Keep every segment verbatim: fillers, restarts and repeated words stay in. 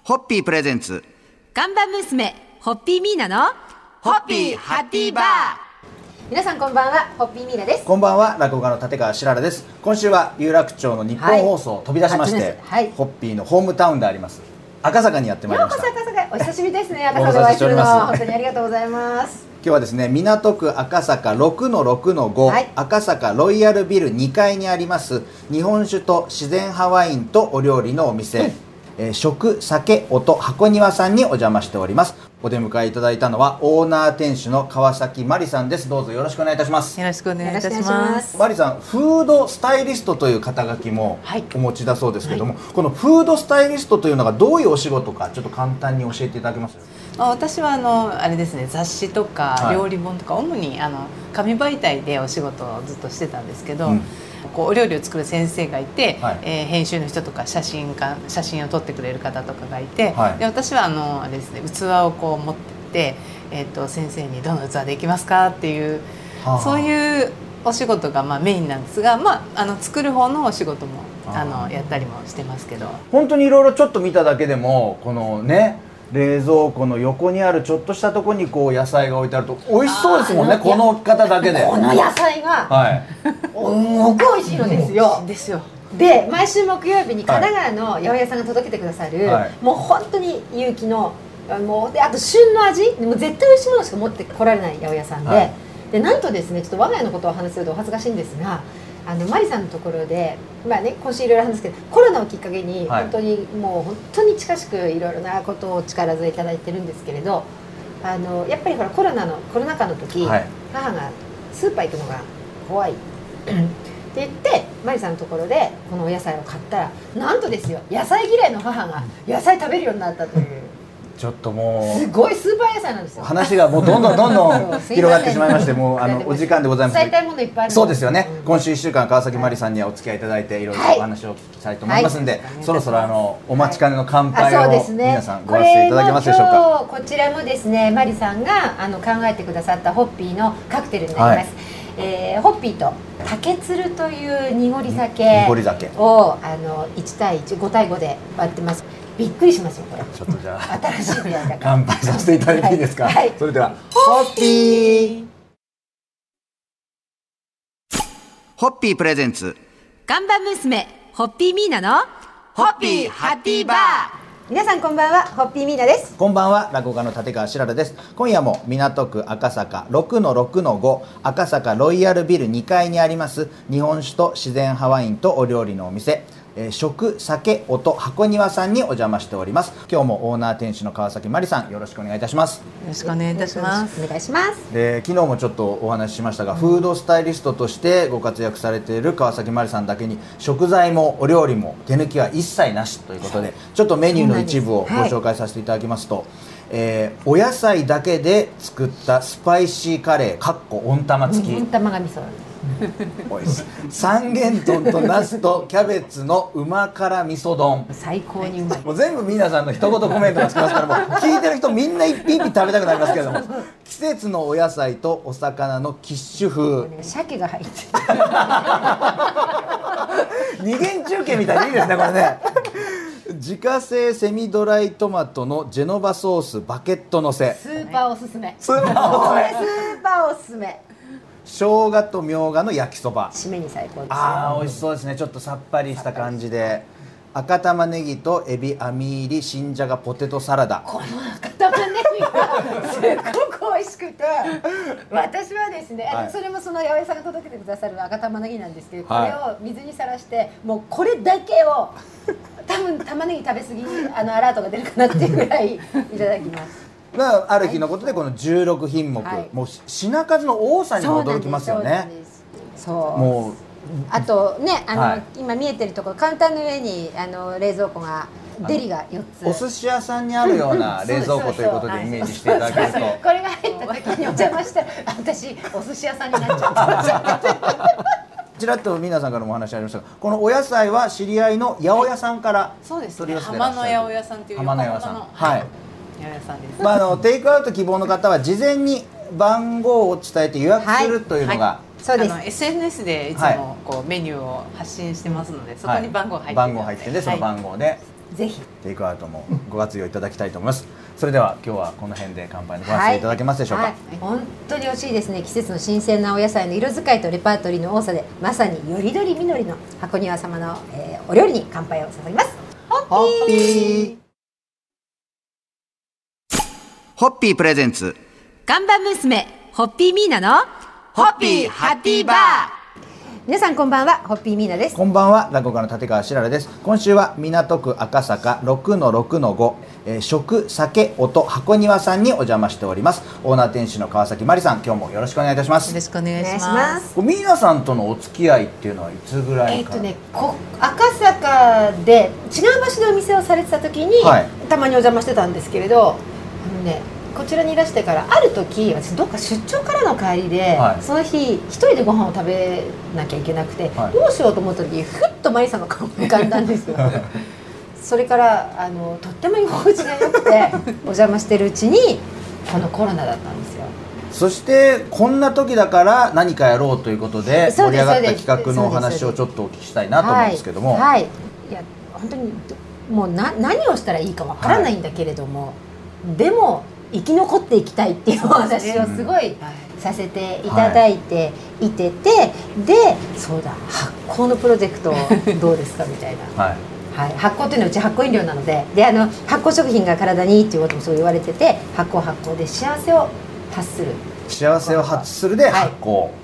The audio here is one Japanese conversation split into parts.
ホッピープレゼンツ看板娘ホッピーミーナのホッピーハッピーバー。 皆さんこんばんは、ホッピーミーナです。 こんばんは、落語家の立川しららです。今週は有楽町の日本放送を飛び出しまして、 はい、 ホッピーのホームタウンであります赤坂にやってまいりました。 ようこそ赤坂、お久しぶりですね。赤坂でお会いするの本当にありがとうございます。 今日はですね、港区赤坂 ろくのろくのご、はい、赤坂ロイヤルビルにかいにあります日本酒と自然派ワインとお料理のお店、うんえー、食酒音箱庭さんにお邪魔しております。お出迎えいただいたのはオーナー店主の川崎真理さんです。どうぞよろしくお願いいたします。 よろしくお願いいたします。 真理さん、フードスタイリストという肩書きもお持ちだそうですけども、はい、このフードスタイリストというのがどういうお仕事かちょっと簡単に教えていただけますか。 私はあのあれですね、雑誌とか料理本とか、はい、主にあの紙媒体でお仕事をずっとしてたんですけど、うん、こうお料理を作る先生がいて、はいえー、編集の人とか写真家写真を撮ってくれる方とかがいて、はい、で私はあのあれですね、器をこう持ってって、えー、と先生にどの器でいきますかっていう、はあ、そういうお仕事がまあメインなんですが、まあ、あの作る方のお仕事もあのやったりもしてますけど、 本当にいろいろちょっと見ただけでもこのね冷蔵庫の横にあるちょっとしたところにこう野菜が置いてあると美味しそうですもんね。この方だけでこの野菜が、はい、すごく美味しいのですよ。ですよ。で毎週木曜日に神奈川の八百屋さんが届けてくださる、はい、もう本当に有機のもうであと旬の味もう絶対美味しいものしか持ってこられない八百屋さんで、はい、でなんとですね、ちょっと我が家のことをお話しするとお恥ずかしいんですが、あのマリさんのところで、まあね、今週いろいろ話すけどコロナをきっかけに本当に、はい、もう本当に近しくいろいろなことをお力添えいただいてるんですけれど、あのやっぱりほらコロナのコロナ禍の時、はい、母がスーパー行くのが怖いって言ってマリさんのところでこのお野菜を買ったら、なんとですよ、野菜嫌いの母が野菜食べるようになったというちょっともうすごいスーパー野菜なんですよ。 話がもうどんどんどんどん広がってしまいまして、もうあのお時間でございます。 伝えたいものいっぱいある。 そうですよね、うん、今週いっしゅうかん川崎真理さんにはお付き合いいただいていろいろお話をお聞きしたいと思いますので、はいはい、そろそろあのお待ちかねの乾杯を、はいね、皆さんご発声いただけますでしょうか。 こちらもですね、真理さんがあの考えてくださったホッピーのカクテルになります、はいえー、ホッピーと竹鶴という濁り酒をあのいちたいいち、ごたいごで割ってます。びっくりしますよこれ。 ちょっとじゃあ新しい出会いだから乾杯させていただいていいですか。はいはい、それではホッピーホッピープレゼンツ看板娘ホッピーミーナのホッピーハッピーバー。 皆さんこんばんは、ホッピーミーナです。 こんばんは、落語家の立川しららです。今夜も港区赤坂 ろくのろくのご 赤坂ロイヤルビルにかいにあります日本酒と自然派ワインとお料理のお店、えー、食酒音箱庭さんにお邪魔しております。今日もオーナー店主の川崎真理さん、よろしくお願いいたします。 よろしくお願いいたします。 お願いします。 で昨日もちょっとお話ししましたが、うん、フードスタイリストとしてご活躍されている川崎真理さんだけに食材もお料理も手抜きは一切なしということで、ちょっとメニューの一部をご紹介させていただきますと、はいえー、お野菜だけで作ったスパイシーカレーかっこ温玉付き、 温玉が味噌なんです。 おいしい三元豚とナスとキャベツのうま辛味噌丼、 最高にうまい。 もう全部皆さんの一言コメントがつきますから、もう聞いてる人みんな一品一品食べたくなりますけれども季節のお野菜とお魚のキッシュ風、 ね、鮭が入って二元中継みたいでいいですねこれね自家製セミドライトマトのジェノバソースバケットのせ、 スーパーおすすめ。 スーパーおすすめ。 スーパーおすすめ。 生姜とみょうがの焼きそば、 締めに最高ですよ。 ああ美味しそうですね。ちょっとさっぱりした感じで、赤玉ねぎとエビ網入り新じゃがポテトサラダ、 この赤玉ねぎがすごく美味しくて私はですね、はい、それもその八百屋さんが届けてくださる赤玉ねぎなんですけど、これを水にさらしてもうこれだけを多分玉ねぎ食べ過ぎあのアラートが出るかなっていうぐらいいただきますある日のことでこのじゅうろくひんもく、はい、もう品数の多さに驚きますよね。 そうもうあとね、あの、はい、今見えてるところカウンターの上にあの冷蔵庫がデリがよっつ、 お寿司屋さんにあるような冷蔵庫ということでイメージしていただけると、 これが入った時にお邪魔したら私お寿司屋さんになっちゃったちらっと皆さんからもお話ありましたが、このお野菜は知り合いの八百屋さんから取り寄せてらっしゃる。浜の八百屋さんという浜の八百屋さん、はい八百屋さんです。 まあ、あのテイクアウト希望の方は事前に番号を伝えて予約するというのが、はいはい、 そうです。あの エスエヌエス でいつもこうメニューを発信してますので、そこに番号入って、 番号入ってんで、その番号でぜひテイクアウトもご活用いただきたいと思います。それでは今日はこの辺で乾杯のご発声いただけますでしょうか。はいはい、本当に美味しいですね。季節の新鮮なお野菜の色使いとレパートリーの多さでまさによりどりみのりの箱庭様の、えー、お料理に乾杯を注ぎます。ホッピーホッピープレゼンツ看板娘ホッピーミーナのホッピーハッピーバー。 皆さんこんばんは、ホッピーミーナです。 こんばんは、落語家の立川しららです。今週は港区赤坂 ろくのろくのご、えー、食酒音箱庭さんにお邪魔しております。オーナー店主の川崎真理さん、今日もよろしくお願いいたします。 よろしくお願いします。 ミーナさんとのお付き合いっていうのはいつぐらいか。 えっとね、こ赤坂で違う場所でお店をされてた時に、はい、たまにお邪魔してたんですけれど、あのね、こちらにいらしてからある時、私どっか出張からの帰りで、はい、その日一人でご飯を食べなきゃいけなくて、はい、どうしようと思った時にふっとマリさんの顔が浮かんだんですよそれからあのとっても居心地が良くてお邪魔してるうちにこのコロナだったんですよ。 そしてこんな時だから何かやろうということで盛り上がった企画のお話をちょっとお聞きしたいなと思うんですけども、 はい、はい、いや本当にもうな何をしたらいいかわからないんだけれども、はい、でも生き残っていきたいっていうお話をすごいさせていただいていてて、はい、でそうだ発酵のプロジェクトどうですかみたいな、はいはい、発酵っていうのはうち発酵飲料なので、であの発酵食品が体にいいっていうこともそう言われてて、発酵発酵で幸せを発する幸せを発するで発酵、はい、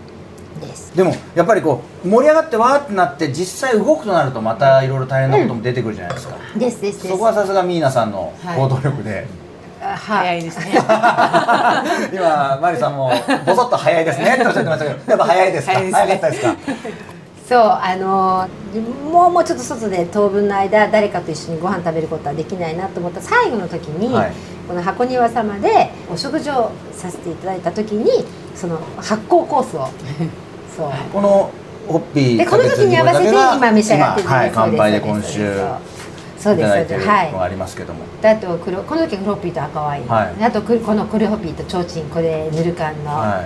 です。 でもやっぱりこう盛り上がってわーってなって実際動くとなるとまたいろいろ大変なことも出てくるじゃないですか、 うん、ですですです。 そこはさすがミーナさんの行動力で、 はい、 早いですね今マリさんもボソッと早いですねっておっしゃってましたけど、やっぱ早いですか。早いですね、早かったですか。 そうあのもうもうちょっと外で当分の間誰かと一緒にご飯食べることはできないなと思った最後の時に、はい、この箱庭様でお食事をさせていただいた時にその発酵コースをそうこのホッピーでこの時に合わせて今召し上がってるんです。 はい、乾杯で今週そうです、そうです、はい、 ありますけども、 あと黒この時のホッピーと赤ワイン、はい、あとこの黒ホッピーと提灯、これヌルカンの、はい、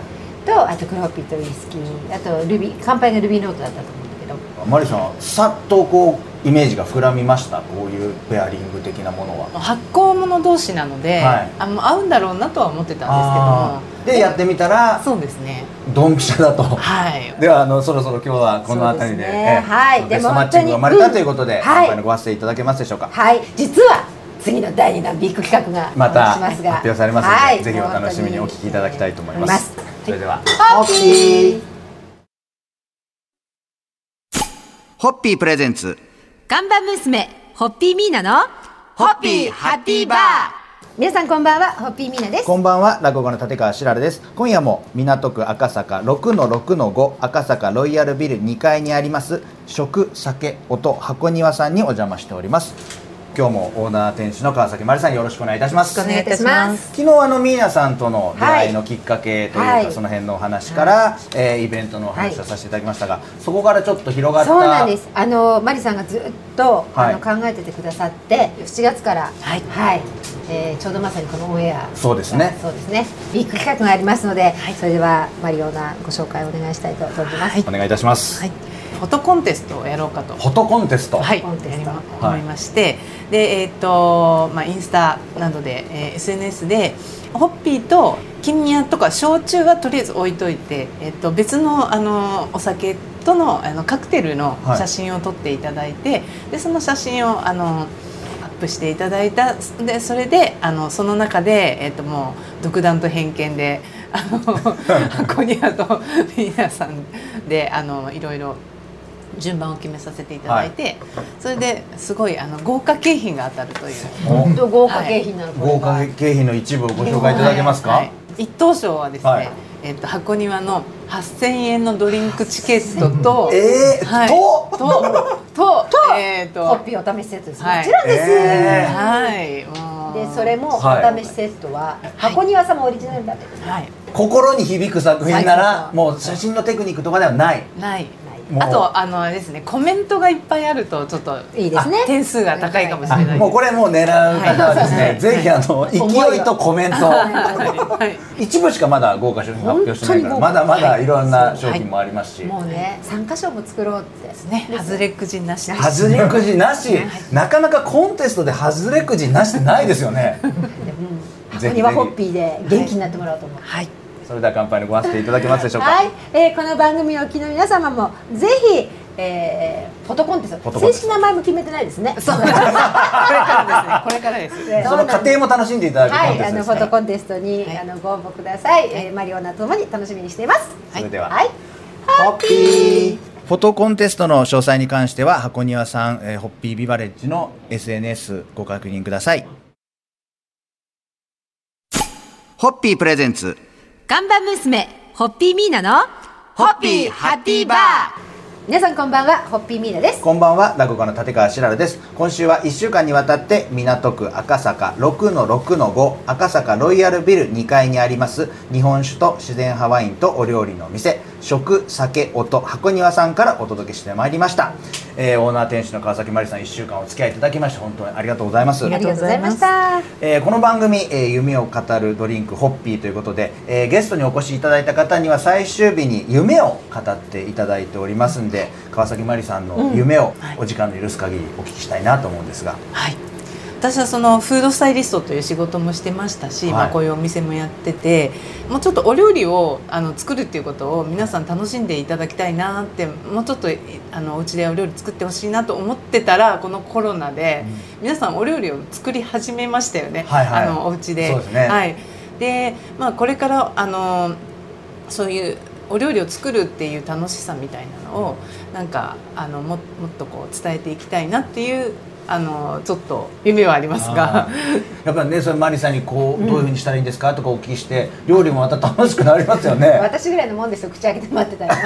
とあと黒ホッピーとウイスキー、あとルビー乾杯がルビーノートだったと思うんだけど、 マリさんさっとこうイメージが膨らみました。こういうペアリング的なものは発酵物同士なので、はい、あの合うんだろうなとは思ってたんですけども、 でやってみたらそうですね、 ドンピシャだと、 はい、 ではあのそろそろ今日はこの辺りで、 ね、はい、 ベストマッチングが生まれたということで、うん、乾杯のご発声いただけますでしょうか。 はい、実は次のだいにだんビッグ企画がまた発表されますので、はい、ぜひお楽しみにお聞きいただきたいと思います。それではホッピーホッピープレゼンツ看板娘ホッピーミーナのホッピーハッピーバー。 皆さんこんばんは、ホッピーミーナです。 こんばんは、落語家の立川しららです。今夜も港区赤坂 ろくのろくのご 赤坂ロイヤルビルにかいにあります食酒音箱庭さんにお邪魔しております。今日もオーナー店主の川崎真理さん、よろしくお願いいたします。 よろしくお願いいたします。 昨日あのミーナさんとの出会いのきっかけというか、はい、その辺のお話から、はい、えー、イベントのお話をさせていただきましたが、はい、そこからちょっと広がった。 そうなんです。あの真理さんがずっと、はい、あの考えててくださってしちがつから、はい、はい、えー、ちょうどまさにこのオンエア、 そうですね、 そうですね、ビッグ企画がありますので、はい、それではマリオーナご紹介をお願いしたいと思います。はい、 お願いいたします。はい、 フォトコンテストをやろうかと。 フォトコンテスト、 はい、やりま思いまして、で、えーとまあ、インスタなどで、えー、エスエヌエス でホッピーと金宮とか焼酎はとりあえず置いといて、えー、と別の、あのお酒との、あのカクテルの写真を撮っていただいて、はい、でその写真をあのアップしていただいた。でそれであのその中で、えー、ともう独断と偏見であの箱庭とミーナさんであのいろいろ順番を決めさせていただいて、はい、それですごいあの豪華景品が当たるという。 本当豪華景品なの、 はい、豪華景品の一部をご紹介いただけますか。はい、 一等賞はですね、はい、えー、と箱庭のはっせんえんのドリンクチケットと、 えーはい、とととと、えー、とホッピーお試しセットです、はい、もちろんです、えー、はい、でそれもお試しセットは、はい、箱庭様オリジナルだけど、はい、 心に響く作品ならもう写真のテクニックとかではないないあとあのあれですね、コメントがいっぱいあるとちょっといいですね、点数が高いかもしれないです。 もうこれもう狙う方はですね、ぜひあの勢いとコメント、一部しかまだ豪華商品発表してないから、まだまだいろんな商品もありますし、 もうね参加賞も作ろうってですね、 外れくじなし、 外れくじなし、なかなかコンテストで外れくじなしってないですよね。 箱庭ホッピーで元気になってもらおうと思う。 はい。 それでは乾杯にごわせていただけますでしょうか。 はい、えー、この番組をお聞きの皆様もぜひ、えー、フォトコンテスト、正式な名前も決めてないですね。 そうこれからですね。これからです。 その過程も楽しんでいただくコンテストですね。 はい、あのフォトコンテストに、はい、あのご応募ください。えー、マリオナともに楽しみにしています。 それでは、 はい、 ホッピー。フォトコンテストの詳細に関しては箱庭さん、えー、ホッピービバレッジの エスエヌエス ご確認ください。ホッピープレゼンツ看板娘ホッピーミーナのホッピーハッピーバー。 皆さんこんばんは、ホッピーミーナです。 こんばんは、落語家の立川しららです。今週はいっしゅうかんにわたって港区赤坂 ろくのろくのご 赤坂ロイヤルビルにかいにあります日本酒と自然派ワインとお料理の店、食酒音箱庭さんからお届けしてまいりました。えー、オーナー店主の川崎まりさん、いっしゅうかんお付き合いいただきまして本当にありがとうございます。 ありがとうございました。 えー、この番組、えー、夢を語るドリンクホッピーということで、えー、ゲストにお越しいただいた方には最終日に夢を語っていただいておりますんで、川崎まりさんの夢をお時間の許す限りお聞きしたいなと思うんですが、 はい、私はそのフードスタイリストという仕事もしてましたし、はい、まあこういうお店もやってて、もうちょっとお料理をあの作るっていうことを皆さん楽しんでいただきたいなって、もうちょっとあのお家でお料理作ってほしいなと思ってたら、このコロナで皆さんお料理を作り始めましたよね、はいはい、あのお家で。 そうですね。 はい。で、まあこれからあのそういうお料理を作るっていう楽しさみたいなのをなんかあの も, もっとこう伝えていきたいなっていうあのちょっと夢はありますが、 やっぱりね、それマリさんにこうどういうふうにしたらいいんですかとかお聞きして、料理もまた楽しくなりますよね。 私ぐらいのもんですよ、口開けて待ってたら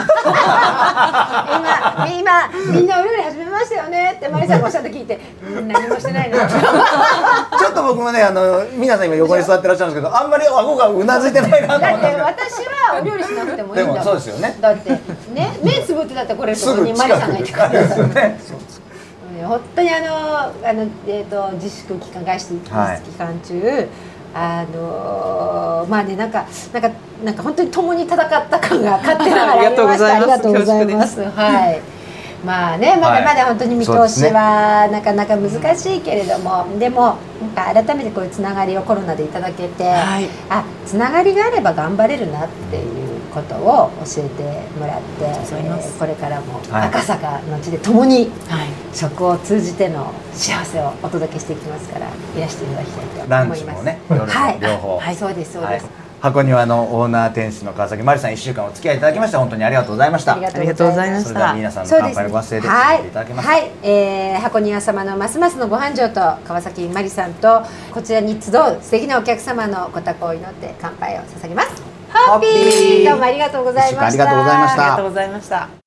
今今みんなお料理始めましたよねってマリさんがおっしゃって聞いて、何もしてないなちょっと僕もね、あの皆さん今横に座ってらっしゃるんですけど、あんまり顎がうなずいてないなと思ったんですけど、 だって私はお料理しなくてもいいんだもん。 そうですよね。 だってね、目つぶってだってこれそこにマリさんがいてくれるからね。本当にあのあの、えー、と自粛期間、外出期間中、あのまあね、なんかなんかなんか本当に共に戦った感が勝手ながらありました。ありがとうございます。はい。まあね、まだまだ本当に見通しはなかなか難しいけれども、でもなんか改めてこういうつながりをコロナでいただけて、はい、あ、つながりがあれば頑張れるなっていうことを教えてもらって、えー、これからも赤坂の地で共に食を通じての幸せをお届けしていきますから、いらしていただきたいと思います。 ランチもね、夜も両方、 はい、そうですそうです。はい、 箱庭のオーナー店主の川崎まりさん、いっしゅうかんお付き合いいただきまして本当にありがとうございました。 ありがとうございました。 それでは皆さんの乾杯のご発声でさせていただきます。 はい、はい、えー、箱庭様のますますのご繁盛と川崎まりさんとこちらに集う素敵なお客様のご多幸を祈って乾杯を捧げます。ホッピー、どうもありがとうございました。 ありがとうございました。 ありがとうございました。